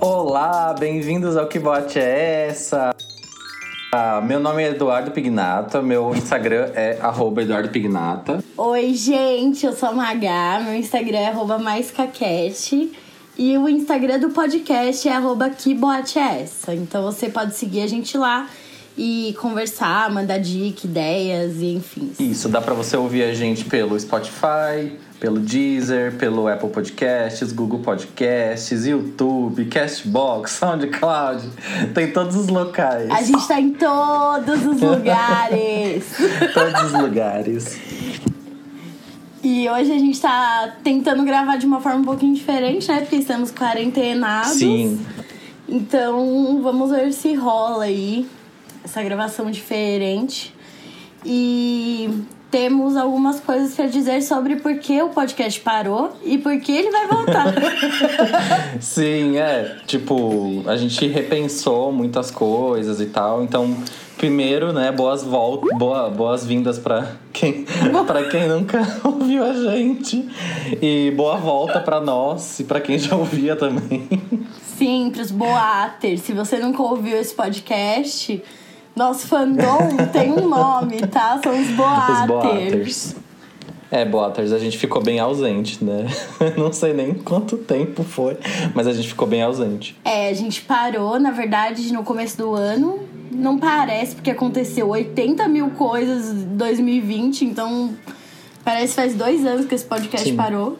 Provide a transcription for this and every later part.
Olá, bem-vindos ao Que Boate é Essa? Meu nome é Eduardo Pignata, meu Instagram é @EduardoPignata. Oi, gente, eu sou a Magá, meu Instagram é @maiscaquete. E o Instagram do podcast é @Que Boate é Essa. Então você pode seguir a gente lá e conversar, mandar dica, ideias e enfim. Isso, dá pra você ouvir a gente pelo Spotify, pelo Deezer, pelo Apple Podcasts, Google Podcasts, YouTube, Castbox, SoundCloud. Tem todos os locais. A gente tá em todos os lugares. Todos os lugares. E hoje a gente tá tentando gravar de uma forma um pouquinho diferente, né? Porque estamos quarentenados. Sim. Então vamos ver se rola aí essa gravação diferente. E temos algumas coisas pra dizer sobre por que o podcast parou e por que ele vai voltar. Sim, tipo, a gente repensou muitas coisas e tal. Então, primeiro, né, boas-vindas pra quem nunca ouviu a gente. E boa volta pra nós e pra quem já ouvia também. Sim, pros boaters. Se você nunca ouviu esse podcast, nosso fandom tem um nome, tá? São os boaters. Os boaters. Boaters, a gente ficou bem ausente, né? Não sei nem quanto tempo foi, mas a gente ficou bem ausente. A gente parou, na verdade, no começo do ano. Não parece, porque aconteceu 80 mil coisas em 2020, então parece que faz 2 anos que esse podcast parou.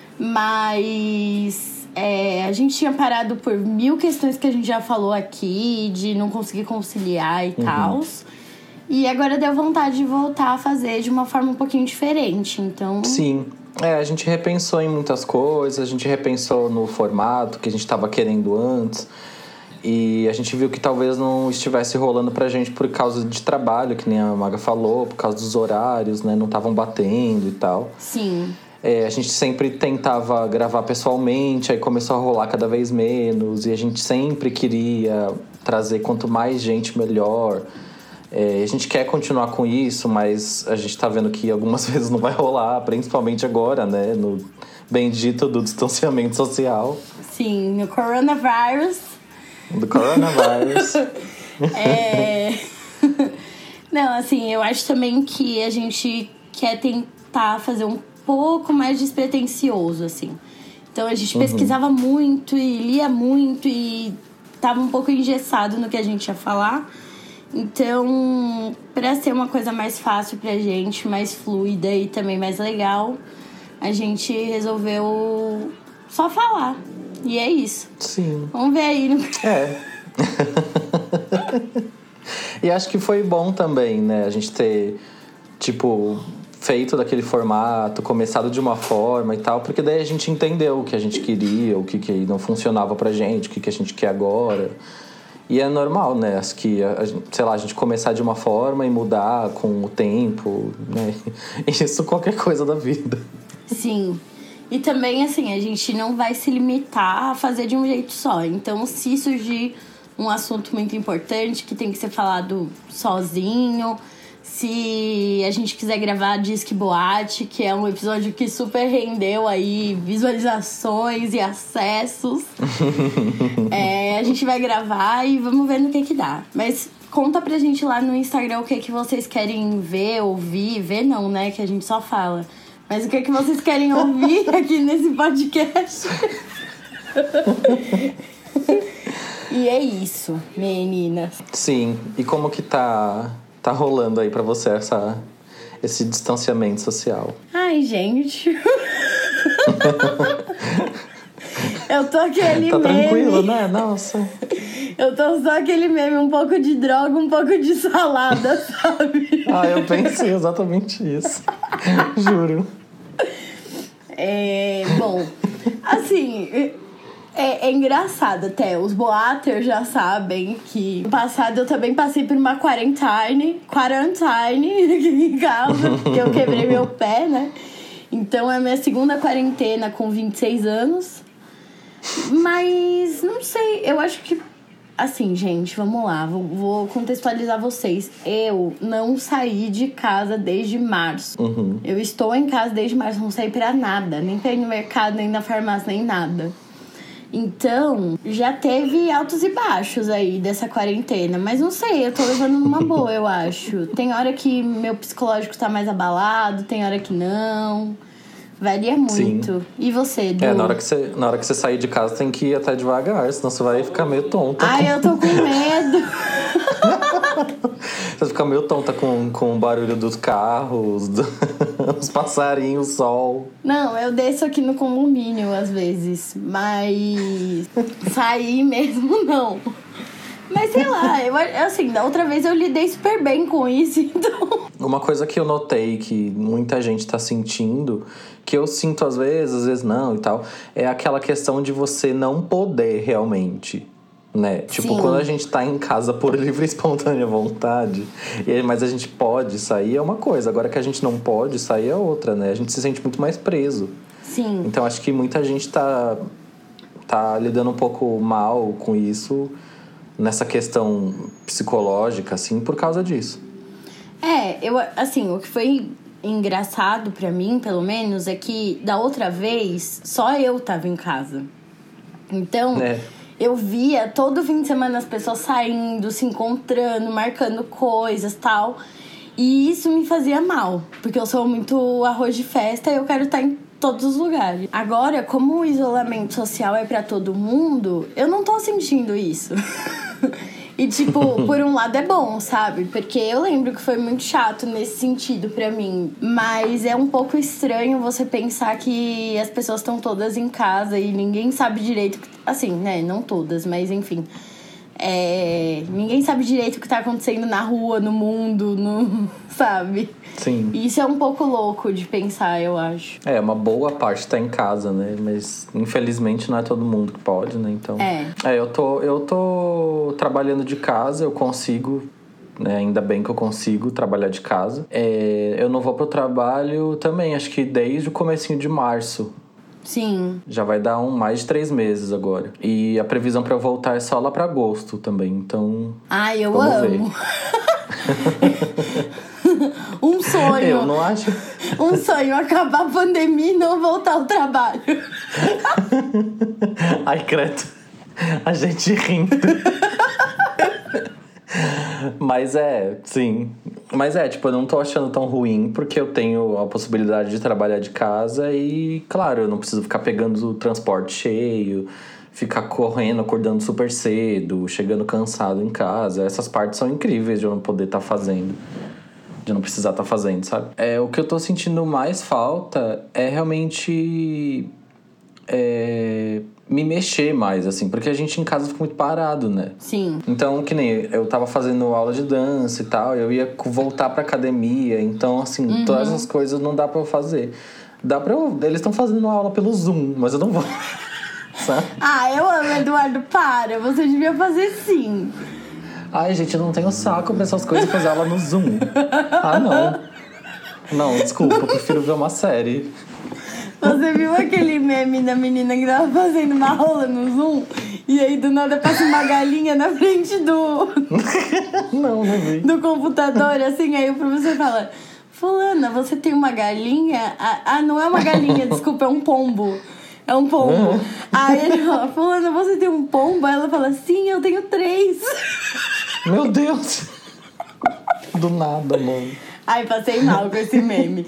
Mas a gente tinha parado por 1000 questões que a gente já falou aqui, de não conseguir conciliar e tal. E agora deu vontade de voltar a fazer de uma forma um pouquinho diferente, então... Sim, a gente repensou em muitas coisas, a gente repensou no formato que a gente estava querendo antes. E a gente viu que talvez não estivesse rolando pra gente por causa de trabalho, que nem a Maga falou, por causa dos horários, né? Não estavam batendo e tal. Sim. A gente sempre tentava gravar pessoalmente, aí começou a rolar cada vez menos. E a gente sempre queria trazer quanto mais gente, melhor. A gente quer continuar com isso, mas a gente tá vendo que algumas vezes não vai rolar, principalmente agora, né? No bendito do distanciamento social. Sim, no coronavírus. Do coronavírus. Não, assim, eu acho também que a gente quer tentar fazer um pouco mais despretensioso, assim. Então a gente pesquisava muito e lia muito e tava um pouco engessado no que a gente ia falar. Então, pra ser uma coisa mais fácil pra gente, mais fluida e também mais legal, a gente resolveu só falar. E é isso. Sim. Vamos ver aí. E acho que foi bom também, né? A gente ter, tipo, feito daquele formato, começado de uma forma e tal. Porque daí a gente entendeu o que a gente queria, o que não funcionava pra gente, o que a gente quer agora. E é normal, né? Acho que, a gente começar de uma forma e mudar com o tempo, né? Isso qualquer coisa da vida. Sim. E também, assim, a gente não vai se limitar a fazer de um jeito só. Então, se surgir um assunto muito importante que tem que ser falado sozinho, se a gente quiser gravar Disque Boate, que é um episódio que super rendeu aí visualizações e acessos, a gente vai gravar e vamos ver no que dá. Mas conta pra gente lá no Instagram o que vocês querem ver, ouvir. Ver não, né? Que a gente só fala. Mas o que vocês querem ouvir aqui nesse podcast? E é isso, meninas. Sim, e como que tá rolando aí pra você esse distanciamento social? Ai, gente. Eu tô aquele tá meme. Tranquilo, né? Nossa. Eu tô só aquele meme, um pouco de droga, um pouco de salada, sabe? Eu pensei exatamente isso. Juro. Bom, assim, é engraçado até. Os boaters já sabem que no passado eu também passei por uma quarantine aqui em casa, porque eu quebrei meu pé, né? Então é a minha segunda quarentena com 26 anos. Mas, não sei, eu acho que... Assim, gente, vamos lá, vou contextualizar vocês. Eu não saí de casa desde março. Eu estou em casa desde março, não saí pra nada. Nem pra ir no mercado, nem na farmácia, nem nada. Então, já teve altos e baixos aí dessa quarentena. Mas não sei, eu tô levando numa boa, eu acho. Tem hora que meu psicológico tá mais abalado, tem hora que não. Varia muito. Sim. E você, Du? Na hora que você sair de casa tem que ir até devagar, senão você vai ficar meio tonta. Ai, eu tô com medo. Você fica meio tonta com o barulho dos carros, os passarinhos, o sol. Não, eu desço aqui no condomínio às vezes, mas sair mesmo não. Mas sei lá, assim, da outra vez eu lidei super bem com isso, então... Uma coisa que eu notei que muita gente tá sentindo, que eu sinto às vezes não e tal, é aquela questão de você não poder realmente, né? Tipo, Sim. quando a gente tá em casa por livre e espontânea vontade, mas a gente pode sair, é uma coisa. Agora que a gente não pode sair é outra, né? A gente se sente muito mais preso. Sim. Então acho que muita gente tá lidando um pouco mal com isso, nessa questão psicológica, assim, por causa disso. Assim, o que foi engraçado pra mim, pelo menos, é que da outra vez só eu tava em casa. Então, eu via todo fim de semana as pessoas saindo, se encontrando, marcando coisas e tal. E isso me fazia mal, porque eu sou muito arroz de festa e eu quero estar em todos os lugares. Agora, como o isolamento social é pra todo mundo, eu não tô sentindo isso. E, tipo, por um lado é bom, sabe? Porque eu lembro que foi muito chato nesse sentido pra mim. Mas é um pouco estranho você pensar que as pessoas estão todas em casa e ninguém sabe direito... Assim, né? Não todas, mas enfim... ninguém sabe direito o que tá acontecendo na rua, no mundo, sabe? Sim. E isso é um pouco louco de pensar, eu acho. Uma boa parte tá em casa, né? Mas infelizmente não é todo mundo que pode, né? Então. Eu tô trabalhando de casa, eu consigo, né? Ainda bem que eu consigo trabalhar de casa. Eu não vou pro trabalho também, acho que desde o comecinho de março. Sim. Já vai dar mais de 3 meses agora. E a previsão pra eu voltar é só lá pra agosto também, então... Ai, eu vamos amo. Um sonho. Eu não acho. Um sonho, acabar a pandemia e não voltar ao trabalho. Ai, credo. A gente rindo. Mas sim. Mas tipo, eu não tô achando tão ruim, porque eu tenho a possibilidade de trabalhar de casa e, claro, eu não preciso ficar pegando o transporte cheio, ficar correndo, acordando super cedo, chegando cansado em casa. Essas partes são incríveis de eu não poder estar fazendo. De não precisar estar fazendo, sabe? O que eu tô sentindo mais falta é realmente... me mexer mais, assim, porque a gente em casa fica muito parado, né? Sim. Então, que nem eu tava fazendo aula de dança e tal, eu ia voltar pra academia, então, assim, todas as coisas não dá pra eu fazer. Eles estão fazendo aula pelo Zoom, mas eu não vou. Sabe? Eu amo, Eduardo, para, você devia fazer sim. Ai, gente, eu não tenho saco pra essas coisas e fazer aula no Zoom. Não. Não, desculpa, eu prefiro ver uma série. Você viu aquele meme da menina que tava fazendo uma rola no Zoom? E aí do nada passa uma galinha na frente do... Não vi. Do computador, assim, aí o professor fala: Fulana, você tem uma galinha? Não é uma galinha, desculpa, é um pombo. É um pombo. Aí ele fala: Fulana, você tem um pombo? Aí ela fala: sim, eu tenho 3. Meu Deus. Do nada, mano. Ai, passei mal com esse meme.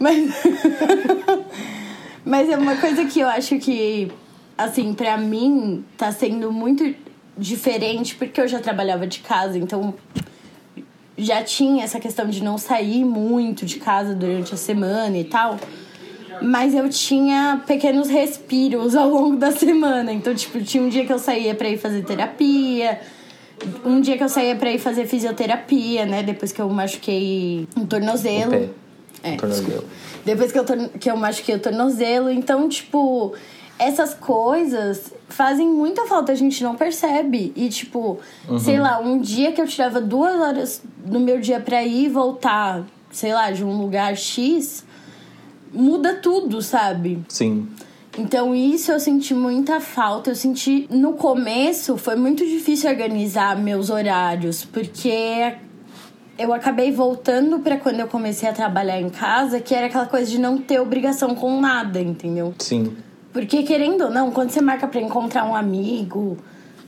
Mas é uma coisa que eu acho que, assim, pra mim, tá sendo muito diferente, porque eu já trabalhava de casa, então já tinha essa questão de não sair muito de casa durante a semana e tal. Mas eu tinha pequenos respiros ao longo da semana. Então, tipo, tinha um dia que eu saía pra ir fazer terapia, um dia que eu saía pra ir fazer fisioterapia, né? Depois que eu machuquei um tornozelo. O pé. Tornozelo. Depois que eu machuquei o tornozelo. Então, tipo, essas coisas fazem muita falta, a gente não percebe. E, tipo, sei lá, um dia que eu tirava 2 horas do meu dia pra ir e voltar, sei lá, de um lugar X, muda tudo, sabe? Sim. Então, isso eu senti muita falta. Eu senti, no começo, foi muito difícil organizar meus horários, porque eu acabei voltando pra quando eu comecei a trabalhar em casa, que era aquela coisa de não ter obrigação com nada, entendeu? Sim. Porque, querendo ou não, quando você marca pra encontrar um amigo...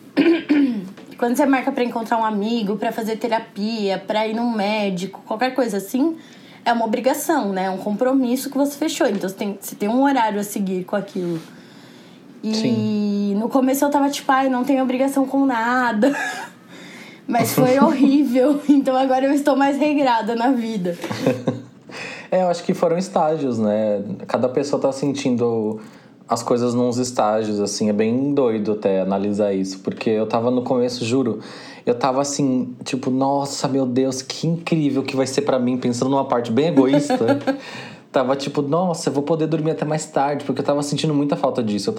Quando você marca pra encontrar um amigo, pra fazer terapia, pra ir num médico, qualquer coisa assim, é uma obrigação, né? É um compromisso que você fechou. Então, você tem um horário a seguir com aquilo. E Sim. no começo eu tava tipo, ai, não tenho obrigação com nada. Mas foi horrível. Então agora eu estou mais regrada na vida. Eu acho que foram estágios, né? Cada pessoa tá sentindo as coisas nos estágios, assim. É bem doido até analisar isso. Porque eu tava no começo, juro, eu tava assim, tipo, nossa, meu Deus, que incrível que vai ser pra mim, pensando numa parte bem egoísta. Tava tipo, nossa, eu vou poder dormir até mais tarde, porque eu tava sentindo muita falta disso.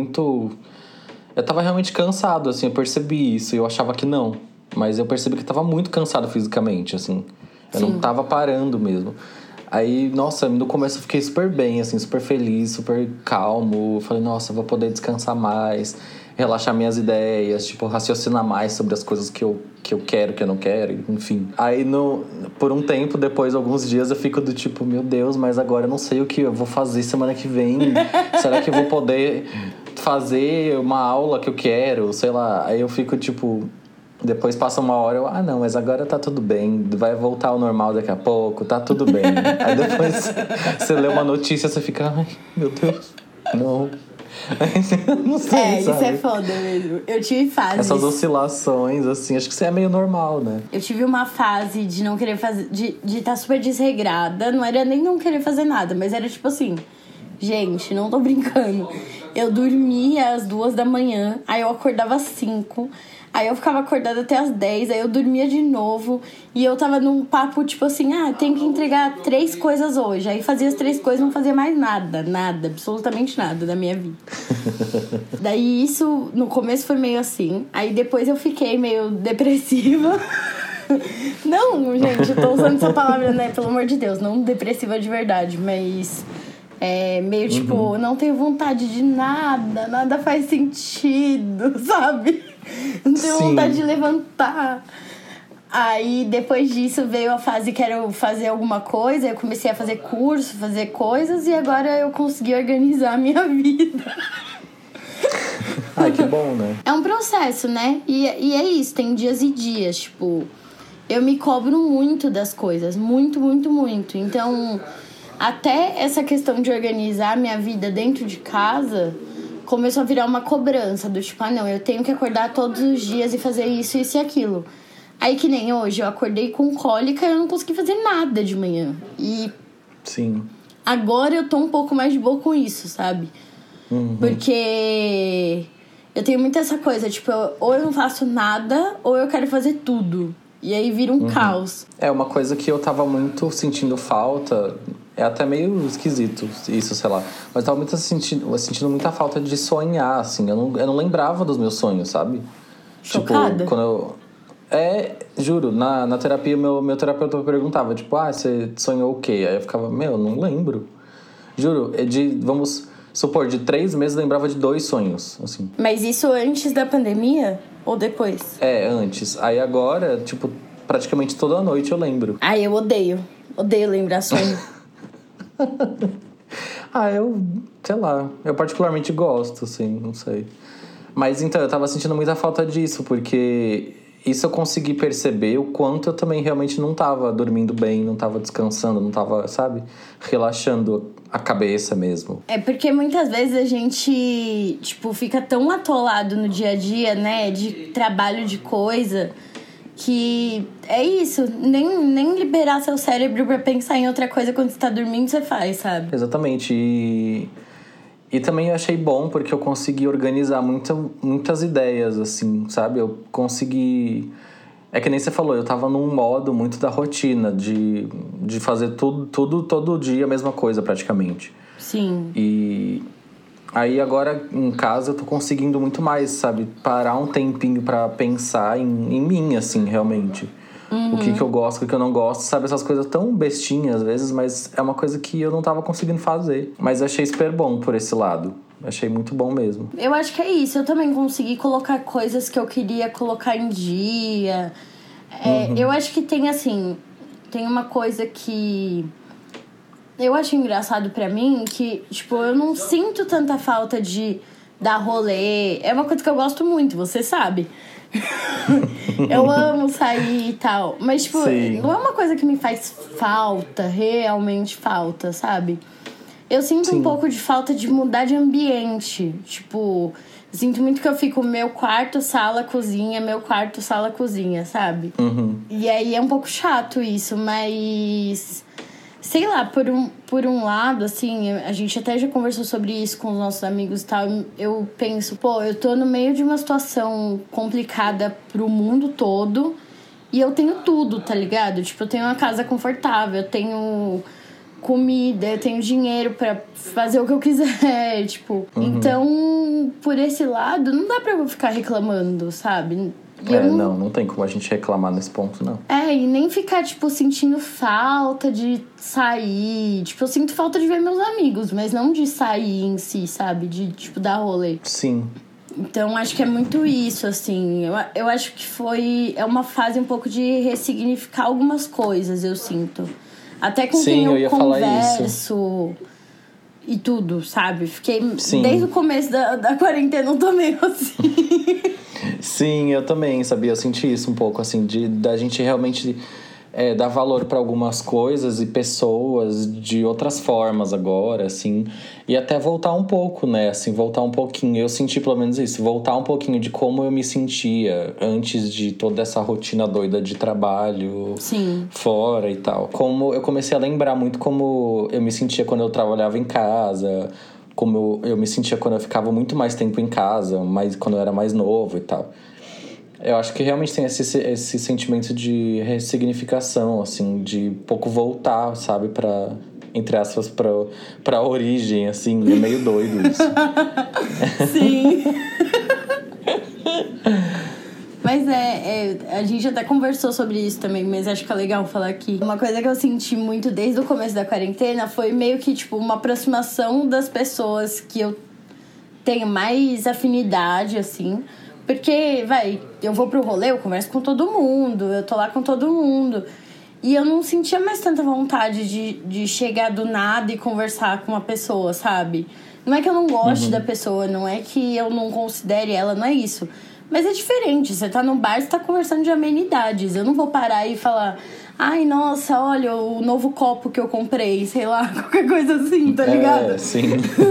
Eu tava realmente cansado, assim, eu percebi isso. E eu achava que não. Mas eu percebi que eu tava muito cansado fisicamente, assim. Eu não Sim. tava parando mesmo. Aí, nossa, no começo eu fiquei super bem, assim, super feliz, super calmo. Falei, nossa, eu vou poder descansar mais, relaxar minhas ideias, tipo, raciocinar mais sobre as coisas que eu quero, que eu não quero, enfim. Aí, por um tempo, depois, alguns dias, eu fico do tipo, meu Deus, mas agora eu não sei o que eu vou fazer semana que vem. Será que eu vou poder fazer uma aula que eu quero? Sei lá. Aí eu fico, tipo... Depois passa uma hora, não, mas agora tá tudo bem, vai voltar ao normal daqui a pouco, tá tudo bem. Aí depois você lê uma notícia, você fica, ai, meu Deus, não. Não sei, Isso é sabe? foda mesmo. Eu tive fases. Essas oscilações, assim, acho que isso é meio normal, né? Eu tive uma fase de não querer fazer... De estar super desregrada. Não era nem não querer fazer nada, mas era tipo assim... Gente, não tô brincando. Eu dormia às 2 da manhã, aí eu acordava às 5... Aí eu ficava acordada até as 10, aí eu dormia de novo. E eu tava num papo, tipo assim, tenho que entregar 3 coisas hoje. Aí fazia as 3 coisas, não fazia mais nada, absolutamente nada da minha vida. Daí isso, no começo foi meio assim. Aí depois eu fiquei meio depressiva. Não, gente, eu tô usando essa palavra, né? Pelo amor de Deus, não depressiva de verdade, mas... meio tipo, não tenho vontade de nada faz sentido, sabe? Não tenho vontade de levantar. Aí depois disso veio a fase que quero fazer alguma coisa. Eu comecei a fazer curso, fazer coisas. E agora eu consegui organizar a minha vida. Ai, que bom, né? É um processo, né? E é isso, tem dias e dias. Tipo, eu me cobro muito das coisas. Muito, muito, muito. Então, até essa questão de organizar a minha vida dentro de casa começou a virar uma cobrança. Do tipo, não, eu tenho que acordar todos os dias e fazer isso e aquilo. Aí que nem hoje, eu acordei com cólica e eu não consegui fazer nada de manhã. E sim, agora eu tô um pouco mais de boa com isso, sabe? Porque eu tenho muito essa coisa, tipo, ou eu não faço nada, ou eu quero fazer tudo. E aí vira um caos. É uma coisa que eu tava muito sentindo falta. É até meio esquisito isso, sei lá. Mas eu tava muito sentindo muita falta de sonhar, assim. Eu não lembrava dos meus sonhos, sabe? Chocada? Tipo, quando eu... juro, na terapia, meu terapeuta perguntava, tipo, você sonhou o quê? Aí eu ficava, não lembro. Juro, vamos supor, de 3 meses eu lembrava de 2 sonhos, assim. Mas isso antes da pandemia ou depois? Antes. Aí agora, tipo, praticamente toda noite eu lembro. Ai, eu odeio. Odeio lembrar sonho. Sei lá, eu particularmente gosto, assim, não sei. Mas então, eu tava sentindo muita falta disso, porque isso eu consegui perceber o quanto eu também realmente não tava dormindo bem, não tava descansando, não tava, sabe, relaxando a cabeça mesmo. É porque muitas vezes a gente, tipo, fica tão atolado no dia a dia, né, de trabalho, de coisa, que é isso, nem liberar seu cérebro pra pensar em outra coisa quando você tá dormindo, você faz, sabe? Exatamente, e também eu achei bom porque eu consegui organizar muitas ideias, assim, sabe? Eu consegui... É que nem você falou, eu tava num modo muito da rotina, de fazer tudo todo dia a mesma coisa, praticamente. Sim. E aí agora, em casa, eu tô conseguindo muito mais, sabe? Parar um tempinho pra pensar em mim, assim, realmente. O que eu gosto, o que eu não gosto, sabe? Essas coisas tão bestinhas, às vezes, mas é uma coisa que eu não tava conseguindo fazer. Mas eu achei super bom por esse lado. Achei muito bom mesmo. Eu acho que é isso. Eu também consegui colocar coisas que eu queria colocar em dia. Eu acho que tem, assim... Tem uma coisa que... eu acho engraçado pra mim que, tipo, eu não sinto tanta falta de dar rolê. É uma coisa que eu gosto muito, você sabe. Eu amo sair e tal. Mas, tipo, Sim. não é uma coisa que me faz falta, realmente falta, sabe? Eu sinto Sim. um pouco de falta de mudar de ambiente. Tipo, eu sinto muito que eu fico meu quarto, sala, cozinha, meu quarto, sala, cozinha, sabe? E aí é um pouco chato isso, mas... Sei lá, por um lado, assim, a gente até já conversou sobre isso com os nossos amigos e tal. Eu penso, pô, eu tô no meio de uma situação complicada pro mundo todo e eu tenho tudo, tá ligado? Tipo, eu tenho uma casa confortável, eu tenho comida, eu tenho dinheiro pra fazer o que eu quiser, tipo. Então, por esse lado, não dá pra eu ficar reclamando, sabe? Não tem como a gente reclamar nesse ponto, não. E nem ficar, tipo, sentindo falta de sair. Tipo, eu sinto falta de ver meus amigos, mas não de sair em si, sabe? De, tipo, dar rolê. Sim. Então, acho que é muito isso, assim. Eu acho que é uma fase um pouco de ressignificar algumas coisas, eu sinto. Até com quem eu converso e tudo, sabe? Fiquei... Sim. Desde o começo da quarentena eu tô meio assim... Sim, eu também, sabia? Eu senti isso um pouco, assim, da gente realmente dar valor para algumas coisas e pessoas de outras formas agora, assim. E até voltar um pouco, né? Assim, voltar um pouquinho. Eu senti pelo menos isso, voltar um pouquinho de como eu me sentia antes de toda essa rotina doida de trabalho. Sim. Fora e tal. Como eu comecei a lembrar muito como eu me sentia quando eu trabalhava em casa, como eu me sentia quando eu ficava muito mais tempo em casa, quando eu era mais novo e tal. Eu acho que realmente tem esse sentimento de ressignificação, assim, de pouco voltar, sabe, pra, entre aspas, pra origem, assim. É meio doido isso. Sim. Mas a gente até conversou sobre isso também, mas acho que é legal falar aqui. Uma coisa que eu senti muito desde o começo da quarentena foi meio que, tipo, uma aproximação das pessoas que eu tenho mais afinidade, assim. Porque, eu vou pro rolê, eu converso com todo mundo, eu tô lá com todo mundo. E eu não sentia mais tanta vontade de chegar do nada e conversar com uma pessoa, sabe? Não é que eu não goste da pessoa, não é que eu não considere ela, não é isso. Mas é diferente, você tá no bar, você tá conversando de amenidades. Eu não vou parar e falar... Ai, nossa, olha o novo copo que eu comprei, sei lá, qualquer coisa assim, tá ligado? Sim.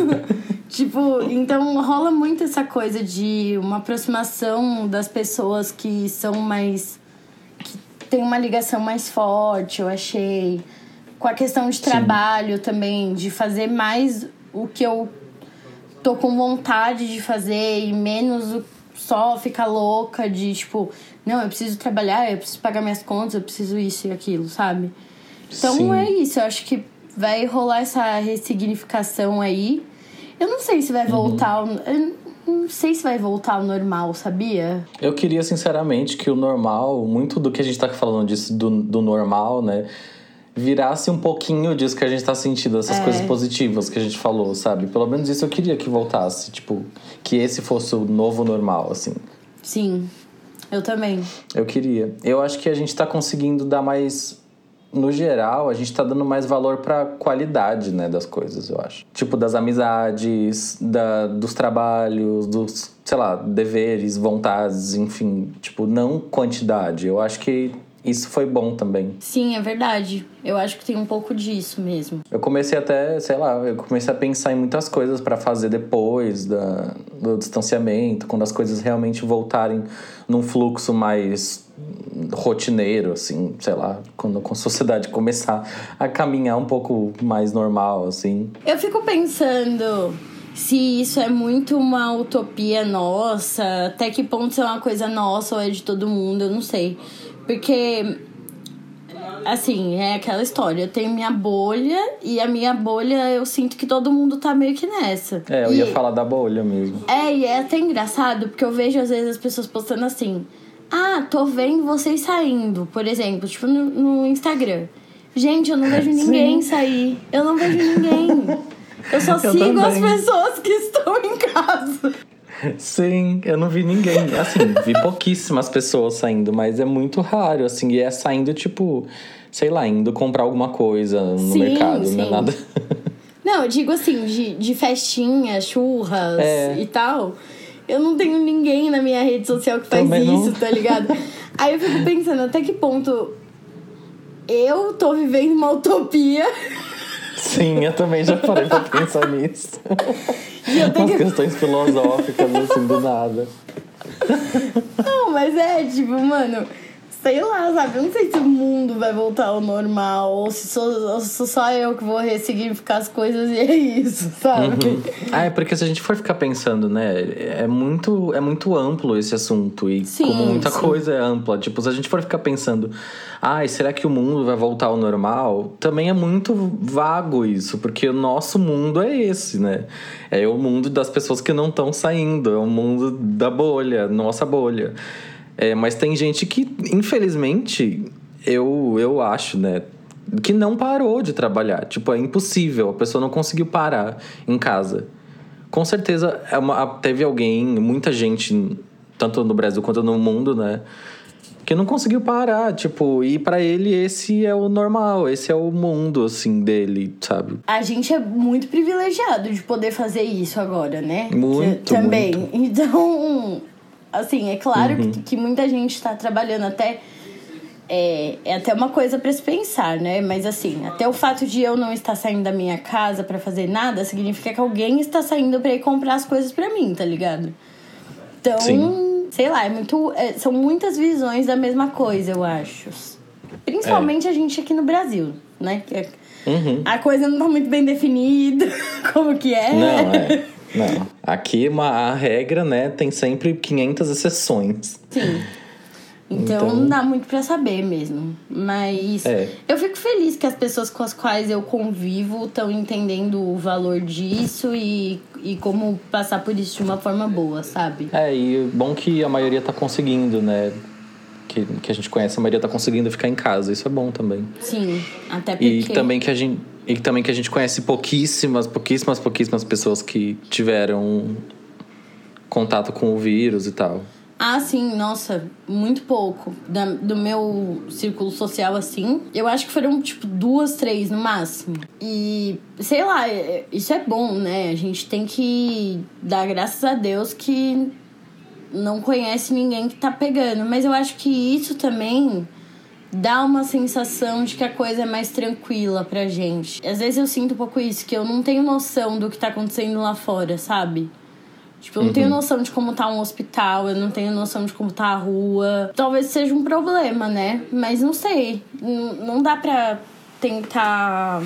Tipo, então rola muito essa coisa de uma aproximação das pessoas que são mais... que tem uma ligação mais forte, eu achei. Com a questão de trabalho também, de fazer mais o que eu tô com vontade de fazer e menos só ficar louca de, tipo... Não, eu preciso trabalhar, eu preciso pagar minhas contas, eu preciso isso e aquilo, sabe? Então é isso, eu acho que vai rolar essa ressignificação aí. Eu não sei se vai voltar... Eu não sei se vai voltar ao normal, sabia? Eu queria, sinceramente, que o normal... Muito do que a gente tá falando disso, do normal, né? Virasse um pouquinho disso que a gente tá sentindo. Essas coisas positivas que a gente falou, sabe? Pelo menos isso eu queria que voltasse. Tipo, que esse fosse o novo normal, assim. Sim, eu também. Eu queria. Eu acho que a gente tá conseguindo dar mais... No geral, a gente tá dando mais valor pra qualidade, né, das coisas, eu acho. Tipo, das amizades, dos trabalhos, dos, sei lá, deveres, vontades, enfim. Tipo, não quantidade. Eu acho que isso foi bom também. Sim, é verdade. Eu acho que tem um pouco disso mesmo. Eu comecei até, sei lá, eu comecei a pensar em muitas coisas pra fazer depois do distanciamento, quando as coisas realmente voltarem num fluxo mais rotineiro, assim, sei lá, quando a sociedade começar a caminhar um pouco mais normal, assim. Eu fico pensando se isso é muito uma utopia nossa, até que ponto isso é uma coisa nossa ou é de todo mundo, eu não sei. Porque, assim, é aquela história, eu tenho minha bolha e a minha bolha eu sinto que todo mundo tá meio que nessa. Eu ia falar da bolha mesmo. E é até engraçado, porque eu vejo às vezes as pessoas postando assim... Ah, tô vendo vocês saindo, por exemplo, tipo no Instagram. Gente, eu não vejo ninguém sair. Eu não vejo ninguém. Eu só sigo também. as pessoas que estão em casa. Sim, eu não vi ninguém. Assim, vi pouquíssimas pessoas saindo, mas é muito raro, assim. E é saindo, tipo, sei lá, indo comprar alguma coisa no mercado, não é nada. Não, eu digo assim, de festinha, churras e tal. Eu não tenho ninguém na minha rede social que faz Também isso, não. tá ligado? Aí eu fico pensando, até que ponto eu tô vivendo uma utopia. Sim, eu também já parei pra pensar nisso. E eu tenho Umas questões filosóficas, assim, do nada. Não, mas é tipo, mano, sei lá, sabe? Eu não sei se o mundo vai voltar ao normal ou se sou só eu que vou ressignificar as coisas e é isso, sabe? É porque se a gente for ficar pensando, né, é muito amplo esse assunto. E Sim, como muita sim. coisa é ampla, tipo, se a gente for ficar pensando, será que o mundo vai voltar ao normal? Também é muito vago isso, porque o nosso mundo é esse, né? É o mundo das pessoas que não estão saindo, é o mundo da bolha, nossa bolha. Mas tem gente que, infelizmente, eu acho, né, que não parou de trabalhar. Tipo, é impossível, a pessoa não conseguiu parar em casa. Com certeza teve alguém, muita gente, tanto no Brasil quanto no mundo, né, que não conseguiu parar. Tipo, e pra ele esse é o normal, esse é o mundo, assim, dele, sabe? A gente é muito privilegiado de poder fazer isso agora, né? Muito, também. muito. Então, assim, é claro que muita gente tá trabalhando até... É até uma coisa pra se pensar, né? Mas assim, até o fato de eu não estar saindo da minha casa pra fazer nada significa que alguém está saindo pra ir comprar as coisas pra mim, tá ligado? Então, Sim. sei lá, são muitas visões da mesma coisa, eu acho. Principalmente a gente aqui no Brasil, né? Que a coisa não tá muito bem definida, como que é. Não. Aqui a regra, né, tem sempre 500 exceções. Sim. Então não dá muito pra saber mesmo. Mas eu fico feliz que as pessoas com as quais eu convivo estão entendendo o valor disso e como passar por isso de uma forma boa, sabe? E bom que a maioria tá conseguindo, né? Que a gente conhece, a maioria tá conseguindo ficar em casa. Isso é bom também. Sim, até porque... E também que a gente conhece pouquíssimas pessoas que tiveram contato com o vírus e tal. Ah, sim, nossa, muito pouco. Do meu círculo social, assim, eu acho que foram, tipo, 2, 3 no máximo. E, sei lá, isso é bom, né? A gente tem que dar graças a Deus que não conhece ninguém que tá pegando. Mas eu acho que isso também dá uma sensação de que a coisa é mais tranquila pra gente. Às vezes eu sinto um pouco isso, que eu não tenho noção do que tá acontecendo lá fora, sabe? Tipo, eu não tenho noção de como tá um hospital, eu não tenho noção de como tá a rua. Talvez seja um problema, né? Mas não sei. Não dá pra tentar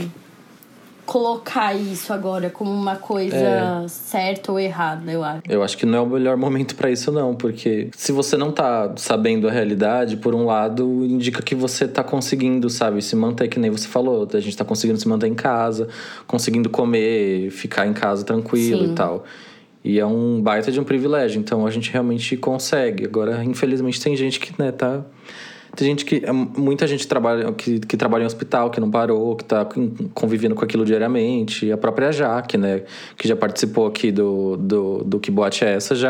colocar isso agora como uma coisa certa ou errada, eu acho. Eu acho que não é o melhor momento pra isso, não. Porque se você não tá sabendo a realidade, por um lado, indica que você tá conseguindo, sabe? Se manter, que nem você falou. A gente tá conseguindo se manter em casa, conseguindo comer, ficar em casa tranquilo e tal. E é um baita de um privilégio, então a gente realmente consegue. Agora, infelizmente, tem gente que, né, tá... Tem gente que... Muita gente que trabalha em hospital, que não parou, que tá convivendo com aquilo diariamente. E a própria Jaque, né, que já participou aqui do Que Boate é Essa,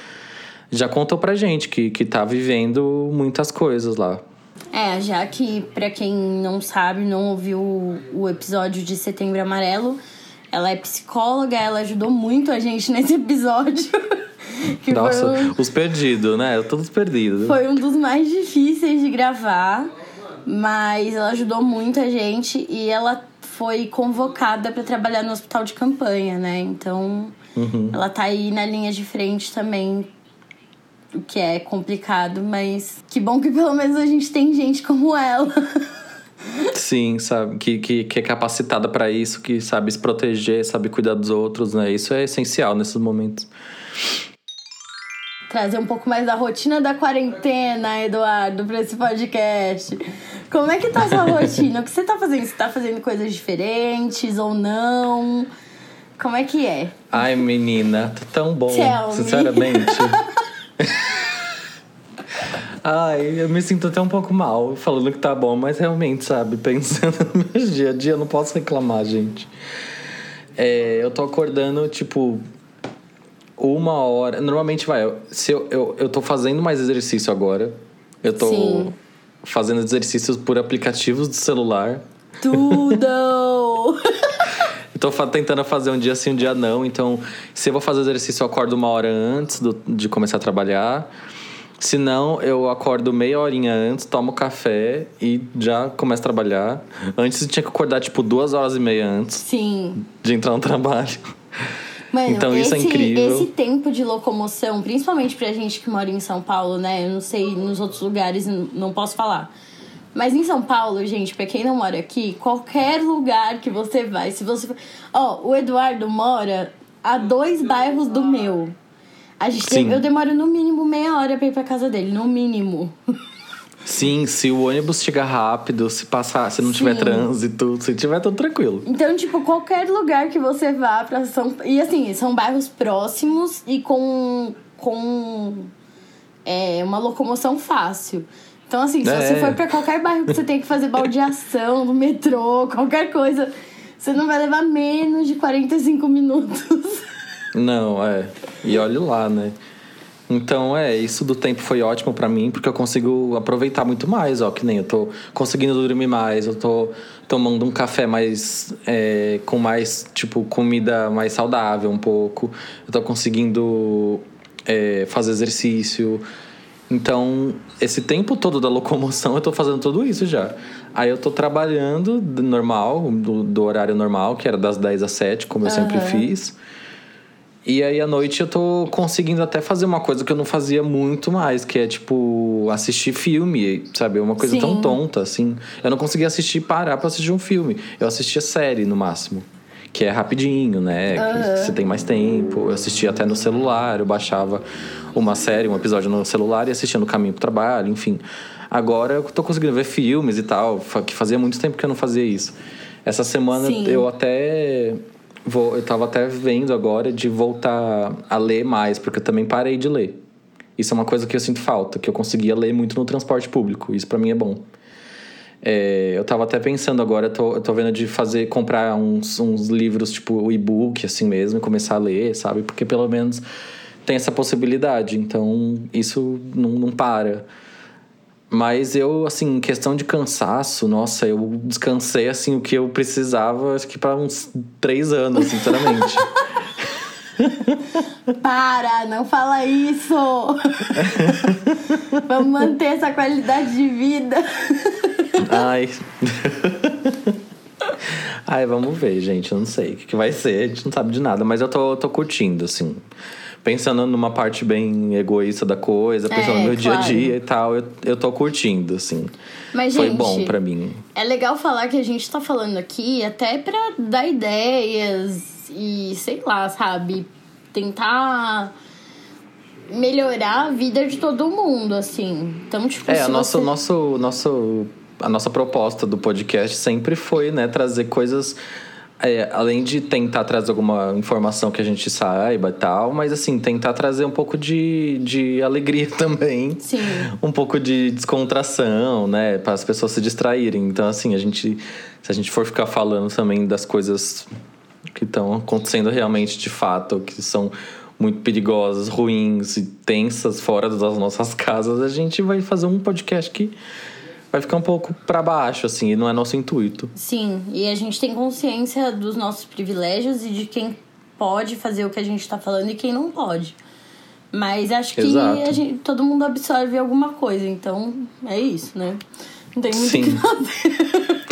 já contou pra gente que tá vivendo muitas coisas lá. Já que, pra quem não sabe, não ouviu o episódio de Setembro Amarelo... Ela é psicóloga, ela ajudou muito a gente nesse episódio. Nossa, os perdidos, né? Todos perdidos. Foi um dos mais difíceis de gravar, mas ela ajudou muito a gente e ela foi convocada para trabalhar no hospital de campanha, né? Então, ela tá aí na linha de frente também, o que é complicado, mas que bom que pelo menos a gente tem gente como ela. Sim, sabe, que é capacitada pra isso, que sabe se proteger, sabe cuidar dos outros, né? Isso é essencial nesses momentos. Trazer um pouco mais da rotina da quarentena, Eduardo, pra esse podcast. Como é que tá a sua rotina? O que você tá fazendo? Você tá fazendo coisas diferentes ou não? Como é que é? Ai, menina, tá tão bom, Tell sinceramente. Ai, eu me sinto até um pouco mal falando que tá bom, mas realmente, sabe, pensando no meu dia a dia, eu não posso reclamar, gente. Eu tô acordando, tipo, 1 hora. Normalmente se eu tô fazendo mais exercício agora. Eu tô Sim. fazendo exercícios por aplicativos do celular. Tudo! Eu tô tentando fazer um dia sim, um dia não. Então, se eu vou fazer exercício, eu acordo 1 hora antes de começar a trabalhar. Se não, eu acordo meia horinha antes, tomo café e já começo a trabalhar. Antes eu tinha que acordar, 2h30 antes Sim. de entrar no trabalho. Mano, Então isso é incrível. Esse tempo de locomoção, principalmente pra gente que mora em São Paulo, né? Eu não sei, nos outros lugares não posso falar. Mas em São Paulo, gente, pra quem não mora aqui, qualquer lugar que você vai, se você... o Eduardo mora a 2 bairros do meu. Eu demoro no mínimo meia hora pra ir pra casa dele, no mínimo. Sim, se o ônibus chegar rápido, se não tiver trânsito, se tiver tudo tranquilo. Então, qualquer lugar que você vá pra São... E assim, são bairros próximos e com uma locomoção fácil. Então, assim, se você for pra qualquer bairro que você tem que fazer baldeação no metrô, qualquer coisa, você não vai levar menos de 45 minutos. Não, E olha lá, né? Então, isso do tempo foi ótimo pra mim, porque eu consigo aproveitar muito mais, que nem eu tô conseguindo dormir mais, eu tô tomando um café mais, com mais, comida mais saudável um pouco, eu tô conseguindo fazer exercício. Então, esse tempo todo da locomoção, eu tô fazendo tudo isso já. Aí eu tô trabalhando normal, do horário normal, que era das 10 às 7, como eu sempre fiz. E aí, à noite, eu tô conseguindo até fazer uma coisa que eu não fazia muito mais, que é, assistir filme, sabe? Uma coisa tão tonta, assim. Eu não conseguia parar pra assistir um filme. Eu assistia série, no máximo. Que é rapidinho, né? Que você tem mais tempo. Eu assistia até no celular, eu baixava uma série, um episódio no celular e assistia no caminho pro trabalho, enfim. Agora eu tô conseguindo ver filmes e tal, que fazia muito tempo que eu não fazia isso. Essa semana eu tava até vendo agora de voltar a ler mais, porque eu também parei de ler. Isso é uma coisa que eu sinto falta, que eu conseguia ler muito no transporte público. Isso pra mim é bom. Eu tava até pensando agora, eu tô vendo de comprar uns livros, o e-book, assim mesmo, e começar a ler, sabe? Porque pelo menos tem essa possibilidade. Então, isso não para. Mas eu, assim, em questão de cansaço, nossa, eu descansei, assim, o que eu precisava, acho que para uns 3 anos, sinceramente. Para, não fala isso! Vamos manter essa qualidade de vida. Ai, vamos ver, gente, eu não sei o que vai ser, a gente não sabe de nada, mas eu tô curtindo, assim. Pensando numa parte bem egoísta da coisa, pensando no meu dia a dia e tal, eu tô curtindo, assim. Mas, foi gente, bom pra mim. É legal falar que a gente tá falando aqui até pra dar ideias e, sei lá, sabe? Tentar melhorar a vida de todo mundo, assim. Então, a nossa proposta do podcast sempre foi, né, trazer coisas... além de tentar trazer alguma informação que a gente saiba e tal, mas assim, tentar trazer um pouco de alegria também. Sim. Um pouco de descontração, né? Para as pessoas se distraírem. Então, assim, se a gente for ficar falando também das coisas que estão acontecendo realmente de fato, que são muito perigosas, ruins e tensas fora das nossas casas, a gente vai fazer um podcast que vai ficar um pouco pra baixo, assim, e não é nosso intuito. Sim, e a gente tem consciência dos nossos privilégios e de quem pode fazer o que a gente tá falando e quem não pode. Mas acho que todo mundo absorve alguma coisa, então é isso, né? Não tem muito o que fazer.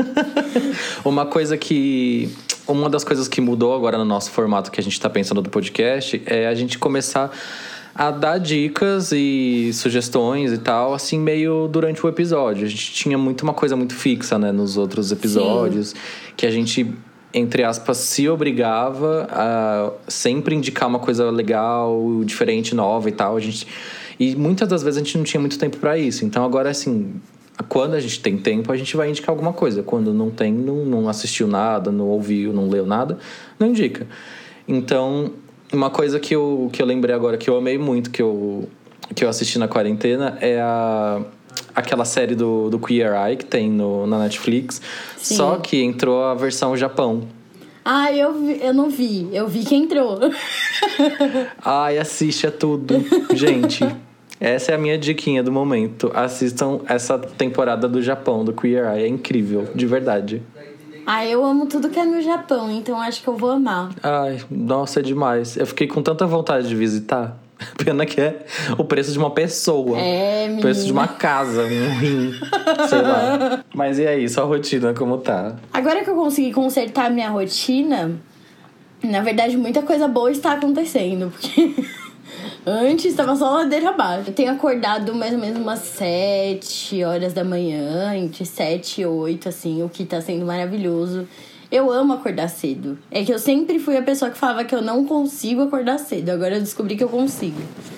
Uma das coisas que mudou agora no nosso formato que a gente tá pensando do podcast é a gente começar a dar dicas e sugestões e tal, assim, meio durante o episódio. A gente tinha uma coisa muito fixa, né, nos outros episódios, que a gente, entre aspas, se obrigava a sempre indicar uma coisa legal, diferente, nova e tal. E muitas das vezes a gente não tinha muito tempo pra isso. Então agora, assim, quando a gente tem tempo, a gente vai indicar alguma coisa. Quando não tem, não assistiu nada, não ouviu, não leu nada, não indica. Então... Uma coisa que eu lembrei agora, que eu amei muito, que eu assisti na quarentena, é aquela série do Queer Eye, que tem na Netflix. Sim. Só que entrou a versão Japão. Ah, eu não vi. Eu vi que entrou. Ai, assiste, é tudo. Gente, essa é a minha diquinha do momento. Assistam essa temporada do Japão, do Queer Eye. É incrível, de verdade. Ah, eu amo tudo que é no Japão, então acho que eu vou amar. Ai, nossa, é demais. Eu fiquei com tanta vontade de visitar. Pena que é o preço de uma pessoa. É, menina. O preço de uma casa, um rim, sei lá. Mas e aí, sua rotina como tá? Agora que eu consegui consertar a minha rotina, na verdade, muita coisa boa está acontecendo. Porque antes estava só ladeira abaixo. Eu tenho acordado mais ou menos umas 7 horas da manhã, entre 7 e 8, assim, o que tá sendo maravilhoso. Eu amo acordar cedo. É que eu sempre fui a pessoa que falava que eu não consigo acordar cedo. Agora eu descobri que eu consigo.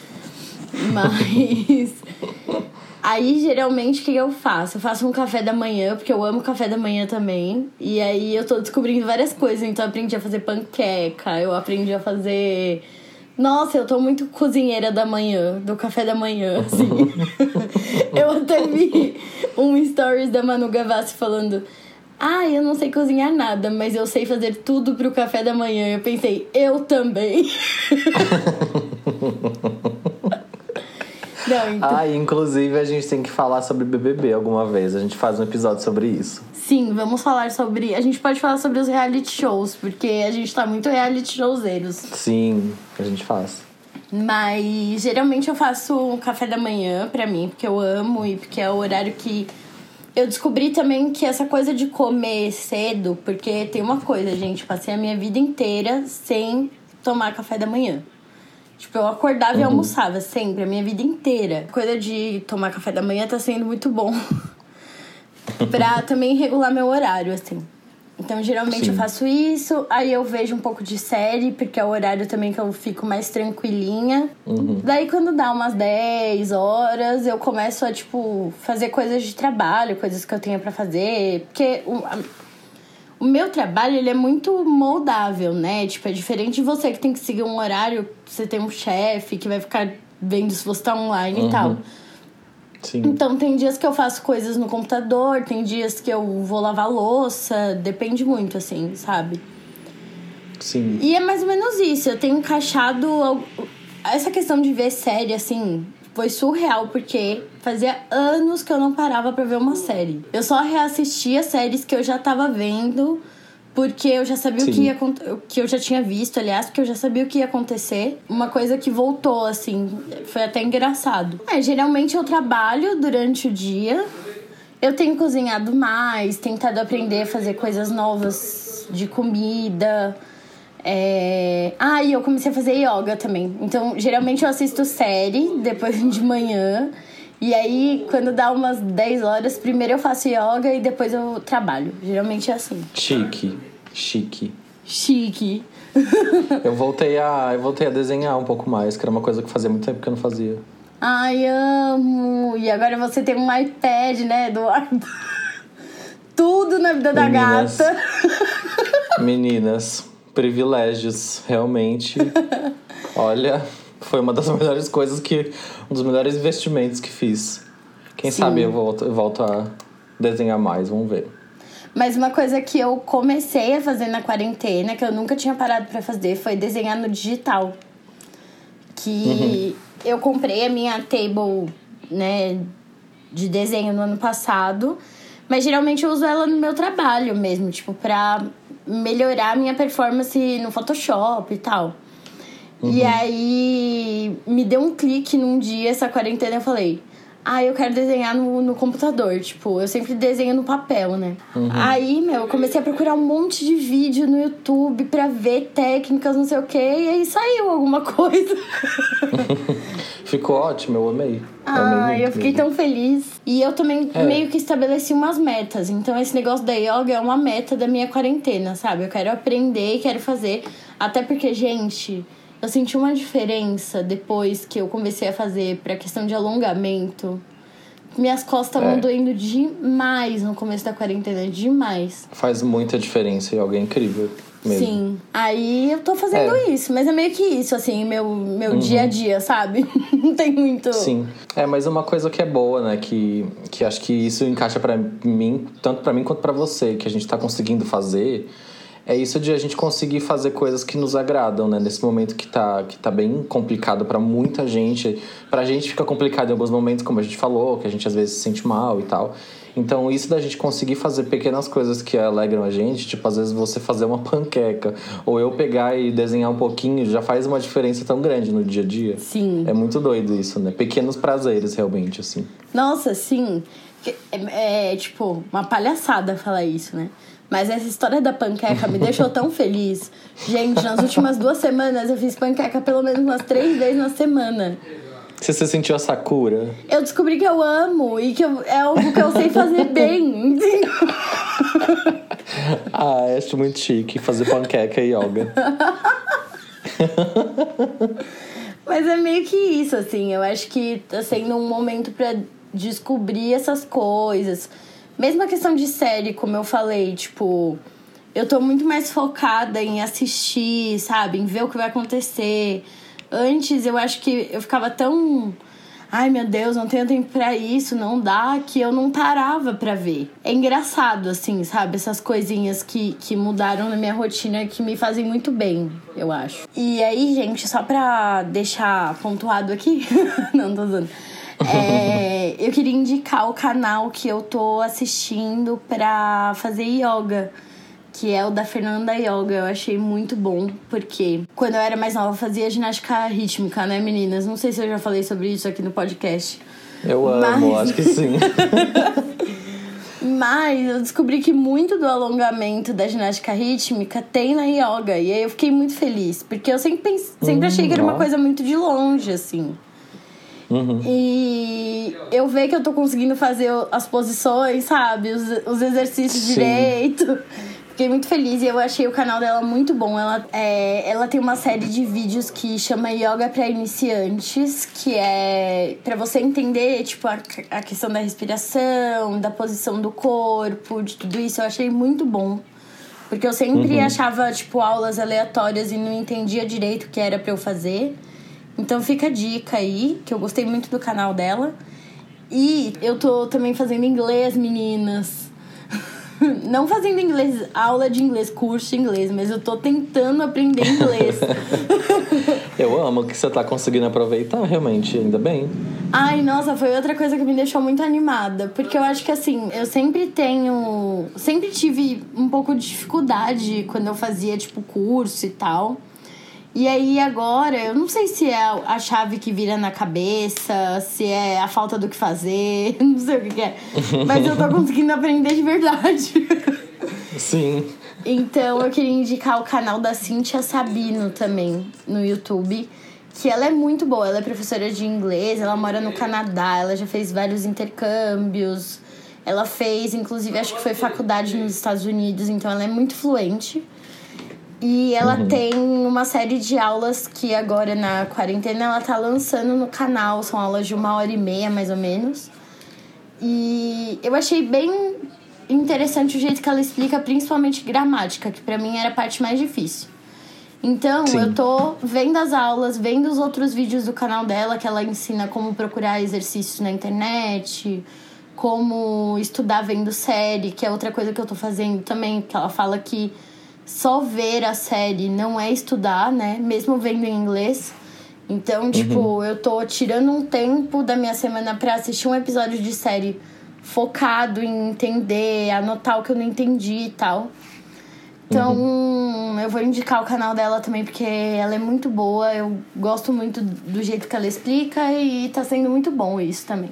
Mas... Aí, geralmente, o que eu faço? Eu faço um café da manhã, porque eu amo café da manhã também. E aí, eu tô descobrindo várias coisas. Então, eu aprendi a fazer panqueca. Eu aprendi a fazer... Nossa, eu tô muito cozinheira da manhã, do café da manhã, assim. Eu até vi um stories da Manu Gavassi falando... Ah, eu não sei cozinhar nada, mas eu sei fazer tudo pro café da manhã. Eu pensei, eu também. Não, então... Ah, inclusive a gente tem que falar sobre BBB alguma vez. A gente faz um episódio sobre isso. Sim, vamos falar sobre... A gente pode falar sobre os reality shows, porque a gente tá muito reality showzeiros. Sim, a gente faz. Mas geralmente eu faço um café da manhã pra mim, porque eu amo e porque é o horário que... Eu descobri também que essa coisa de comer cedo, porque tem uma coisa, gente, passei a minha vida inteira sem tomar café da manhã. Tipo, eu acordava e almoçava sempre, a minha vida inteira. A coisa de tomar café da manhã tá sendo muito bom. Pra também regular meu horário, assim. Então, geralmente eu faço isso, aí eu vejo um pouco de série, porque é o horário também que eu fico mais tranquilinha. Daí, quando dá umas 10 horas, eu começo a, tipo, fazer coisas de trabalho, coisas que eu tenho pra fazer. Porque o meu trabalho, ele é muito moldável, né? Tipo, é diferente de você que tem que seguir um horário, você tem um chefe que vai ficar vendo se você tá online e tal. Sim. Então, tem dias que eu faço coisas no computador, tem dias que eu vou lavar louça, depende muito, assim, sabe? Sim. E é mais ou menos isso, eu tenho encaixado... Essa questão de ver série, assim, foi surreal, porque fazia anos que eu não parava pra ver uma série. Eu só reassistia séries que eu já tava vendo... Porque eu já sabia o que eu já tinha visto, aliás, porque eu já sabia o que ia acontecer. Uma coisa que voltou, assim, foi até engraçado. Geralmente eu trabalho durante o dia. Eu tenho cozinhado mais, tentado aprender a fazer coisas novas de comida. E eu comecei a fazer yoga também. Então, geralmente eu assisto série depois de manhã. E aí, quando dá umas 10 horas, primeiro eu faço yoga e depois eu trabalho. Geralmente é assim. Chique. Eu voltei a desenhar um pouco mais, que era uma coisa que fazia muito tempo que eu não fazia. Ai, amo! E agora você tem um iPad, né, Eduardo? Tudo na vida da gata. Meninas, privilégios, realmente. Olha... Foi uma das melhores coisas um dos melhores investimentos que fiz. Quem sabe eu volto a desenhar mais, vamos ver. Mas uma coisa que eu comecei a fazer na quarentena, que eu nunca tinha parado pra fazer, foi desenhar no digital. Que eu comprei a minha table, né, de desenho no ano passado. Mas geralmente eu uso ela no meu trabalho mesmo, tipo, pra melhorar a minha performance no Photoshop e tal. E aí, me deu um clique num dia, essa quarentena, eu falei... eu quero desenhar no computador. Tipo, eu sempre desenho no papel, né? Aí, eu comecei a procurar um monte de vídeo no YouTube pra ver técnicas, não sei o quê. E aí saiu alguma coisa. Ficou ótimo, eu amei. Eu fiquei tão feliz. E eu também meio que estabeleci umas metas. Então, esse negócio da yoga é uma meta da minha quarentena, sabe? Eu quero aprender e quero fazer. Até porque, gente... Eu senti uma diferença depois que eu comecei a fazer pra questão de alongamento. Minhas costas estavam doendo demais no começo da quarentena, demais. Faz muita diferença e algo incrível mesmo. Sim. Aí eu tô fazendo isso, mas é meio que isso, assim, meu dia a dia, sabe? Não tem muito... Sim. Mas uma coisa que é boa, né, que acho que isso encaixa pra mim, tanto pra mim quanto pra você, que a gente tá conseguindo fazer... é isso de a gente conseguir fazer coisas que nos agradam, né? Nesse momento que tá bem complicado pra muita gente. Pra gente fica complicado em alguns momentos, como a gente falou, que a gente às vezes se sente mal e tal. Então, isso da gente conseguir fazer pequenas coisas que alegram a gente, tipo, às vezes você fazer uma panqueca, ou eu pegar e desenhar um pouquinho, já faz uma diferença tão grande no dia a dia. Sim. É muito doido isso, né? Pequenos prazeres, realmente, assim. Nossa, sim. Tipo, uma palhaçada falar isso, né? Mas essa história da panqueca me deixou tão feliz. Gente, nas últimas 2 semanas eu fiz panqueca pelo menos umas 3 vezes na semana. Você sentiu essa cura? Eu descobri que eu amo e que é algo que eu sei fazer bem, entendeu? Acho muito chique fazer panqueca e yoga. Mas é meio que isso, assim. Eu acho que tá sendo um momento pra descobrir essas coisas. Mesmo a questão de série, como eu falei, tipo... Eu tô muito mais focada em assistir, sabe? Em ver o que vai acontecer. Antes, eu acho que eu ficava tão... Ai, meu Deus, não tenho tempo pra isso, não dá, que eu não parava pra ver. É engraçado, assim, sabe? Essas coisinhas que mudaram na minha rotina, que me fazem muito bem, eu acho. E aí, gente, só pra deixar pontuado aqui... não, tô usando. Eu queria indicar o canal que eu tô assistindo pra fazer yoga, que é o da Fernanda Yoga. Eu achei muito bom, porque quando eu era mais nova eu fazia ginástica rítmica, né, meninas? Não sei se eu já falei sobre isso aqui no podcast. Eu amo, acho que sim. Mas eu descobri que muito do alongamento da ginástica rítmica tem na yoga. E aí eu fiquei muito feliz, porque eu sempre achei que era uma coisa muito de longe, assim. Uhum. E eu vejo que eu tô conseguindo fazer as posições, sabe? Os exercícios direito. Fiquei muito feliz e eu achei o canal dela muito bom. Ela tem uma série de vídeos que chama Yoga pra Iniciantes, que é pra você entender, tipo, a questão da respiração, da posição do corpo, de tudo isso. Eu achei muito bom. Porque eu sempre achava, tipo, aulas aleatórias e não entendia direito o que era pra eu fazer. Então fica a dica aí, que eu gostei muito do canal dela. E eu tô também fazendo inglês, meninas. Não fazendo inglês, aula de inglês, curso de inglês, mas eu tô tentando aprender inglês. Eu amo que você tá conseguindo aproveitar, realmente, ainda bem. Ai, nossa, foi outra coisa que me deixou muito animada. Porque eu acho que, assim, eu sempre tive um pouco de dificuldade quando eu fazia, tipo, curso e tal. E aí agora, eu não sei se é a chave que vira na cabeça, se é a falta do que fazer, não sei o que é. Mas eu tô conseguindo aprender de verdade. Sim. Então eu queria indicar o canal da Cíntia Sabino também, no YouTube. Que ela é muito boa, ela é professora de inglês, ela mora no Canadá, ela já fez vários intercâmbios. Ela fez, inclusive, acho que foi faculdade nos Estados Unidos, então ela é muito fluente. E ela tem uma série de aulas que agora na quarentena ela tá lançando no canal. São aulas de 1h30, mais ou menos. E eu achei bem interessante o jeito que ela explica, principalmente gramática, que pra mim era a parte mais difícil. Então, Sim. eu tô vendo as aulas, vendo os outros vídeos do canal dela, que ela ensina como procurar exercícios na internet, como estudar vendo série, que é outra coisa que eu tô fazendo também, que ela fala que só ver a série não é estudar, né? Mesmo vendo em inglês. Então, tipo, eu tô tirando um tempo da minha semana pra assistir um episódio de série focado em entender, anotar o que eu não entendi e tal. Então, eu vou indicar o canal dela também, porque ela é muito boa. Eu gosto muito do jeito que ela explica e tá sendo muito bom isso também.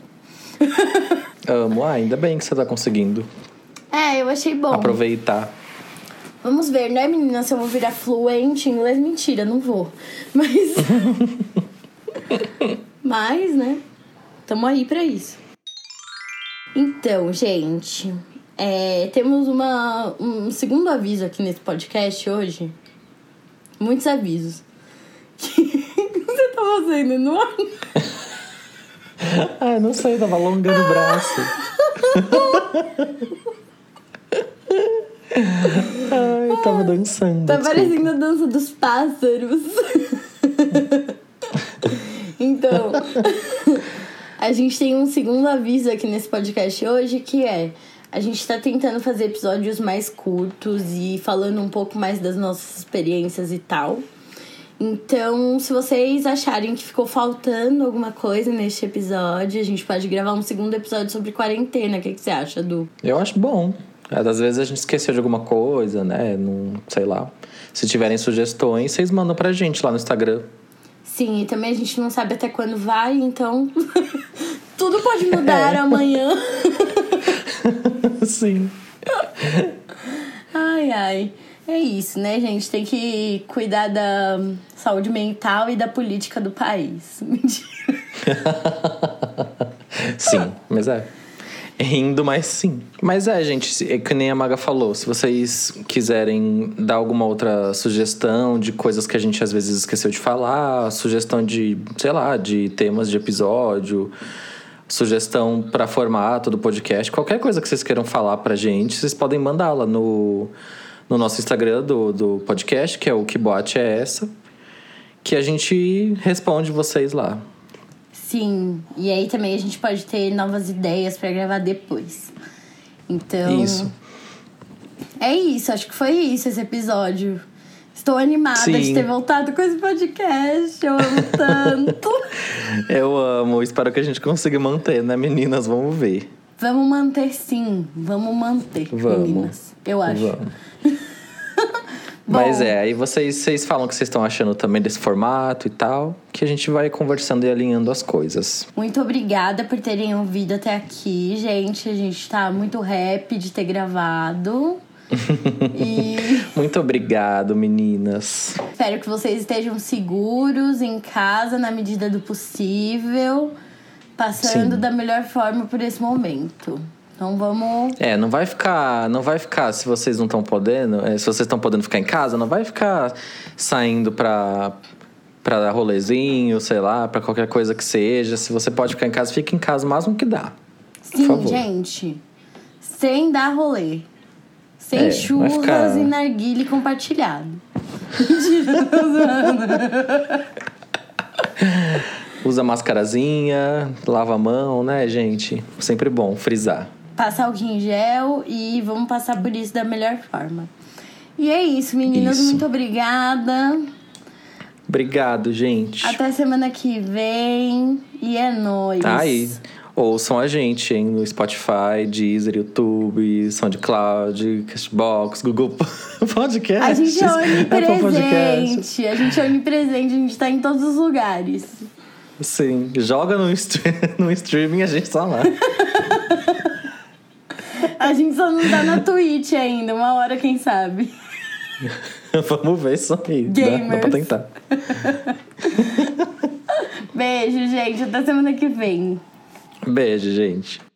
Amo. Ainda bem que você tá conseguindo. Eu achei bom. Aproveitar. Vamos ver, né, menina? Se eu vou virar fluente em inglês, mentira, não vou. Mas, né? Tamo aí pra isso. Então, gente, temos um segundo aviso aqui nesse podcast hoje. Muitos avisos. Que você tá fazendo, não? Não sei, tava alongando o braço. Eu tava dançando. Tá parecendo a dança dos pássaros. Então, a gente tem um segundo aviso aqui nesse podcast hoje, que é: A gente tá tentando fazer episódios mais curtos e falando um pouco mais das nossas experiências e tal. Então, se vocês acharem que ficou faltando alguma coisa neste episódio, a gente pode gravar um segundo episódio sobre quarentena. O que você acha, Du? Eu acho bom. Às vezes a gente esqueceu de alguma coisa, né? Não sei lá. Se tiverem sugestões, vocês mandam pra gente lá no Instagram. Sim, e também a gente não sabe até quando vai, então tudo pode mudar amanhã. Sim. Ai. É isso, né, gente? Tem que cuidar da saúde mental e da política do país. Mentira. Sim, mas é. Rindo, mas sim. Mas gente, é que nem a Maga falou. Se vocês quiserem dar alguma outra sugestão de coisas que a gente às vezes esqueceu de falar, sugestão de, sei lá, de temas de episódio, sugestão para formato do podcast, qualquer coisa que vocês queiram falar pra gente, vocês podem mandá-la no nosso Instagram do podcast, que é o Que Boate É Essa, que a gente responde vocês lá. Sim, e aí também a gente pode ter novas ideias pra gravar depois. Então... Isso. É isso, acho que foi isso esse episódio. Estou animada de ter voltado com esse podcast, eu amo tanto. Eu amo, espero que a gente consiga manter, né, meninas? Vamos ver. Vamos manter, sim. Vamos manter, meninas. Eu acho. Vamos. Mas aí vocês falam o que vocês estão achando também desse formato e tal, que a gente vai conversando e alinhando as coisas. Muito obrigada por terem ouvido até aqui, gente. A gente tá muito happy de ter gravado. Muito obrigado, meninas. Espero que vocês estejam seguros em casa, na medida do possível, passando da melhor forma por esse momento. Então vamos... não vai ficar, se vocês não estão podendo, se vocês estão podendo ficar em casa, não vai ficar saindo pra rolezinho, sei lá, pra qualquer coisa que seja. Se você pode ficar em casa, fica em casa o máximo que dá. Sim, gente. Sem dar rolê. Sem churras e narguile compartilhado. Mentira, tô usando. Usa mascarazinha, lava a mão, né, gente? Sempre bom frisar. Passar álcool em gel e vamos passar por isso da melhor forma. E é isso, meninas. Isso. Muito obrigada. Obrigado, gente. Até semana que vem. E é nóis. Aí, ouçam a gente, hein? No Spotify, Deezer, YouTube, SoundCloud, Cashbox, Google Podcast. A gente é onipresente. A gente é onipresente. A gente tá em todos os lugares. Sim. Joga no streaming, a gente tá lá. A gente só não tá na Twitch ainda. Uma hora, quem sabe. Vamos ver isso aí. Dá pra tentar. Beijo, gente. Até semana que vem. Beijo, gente.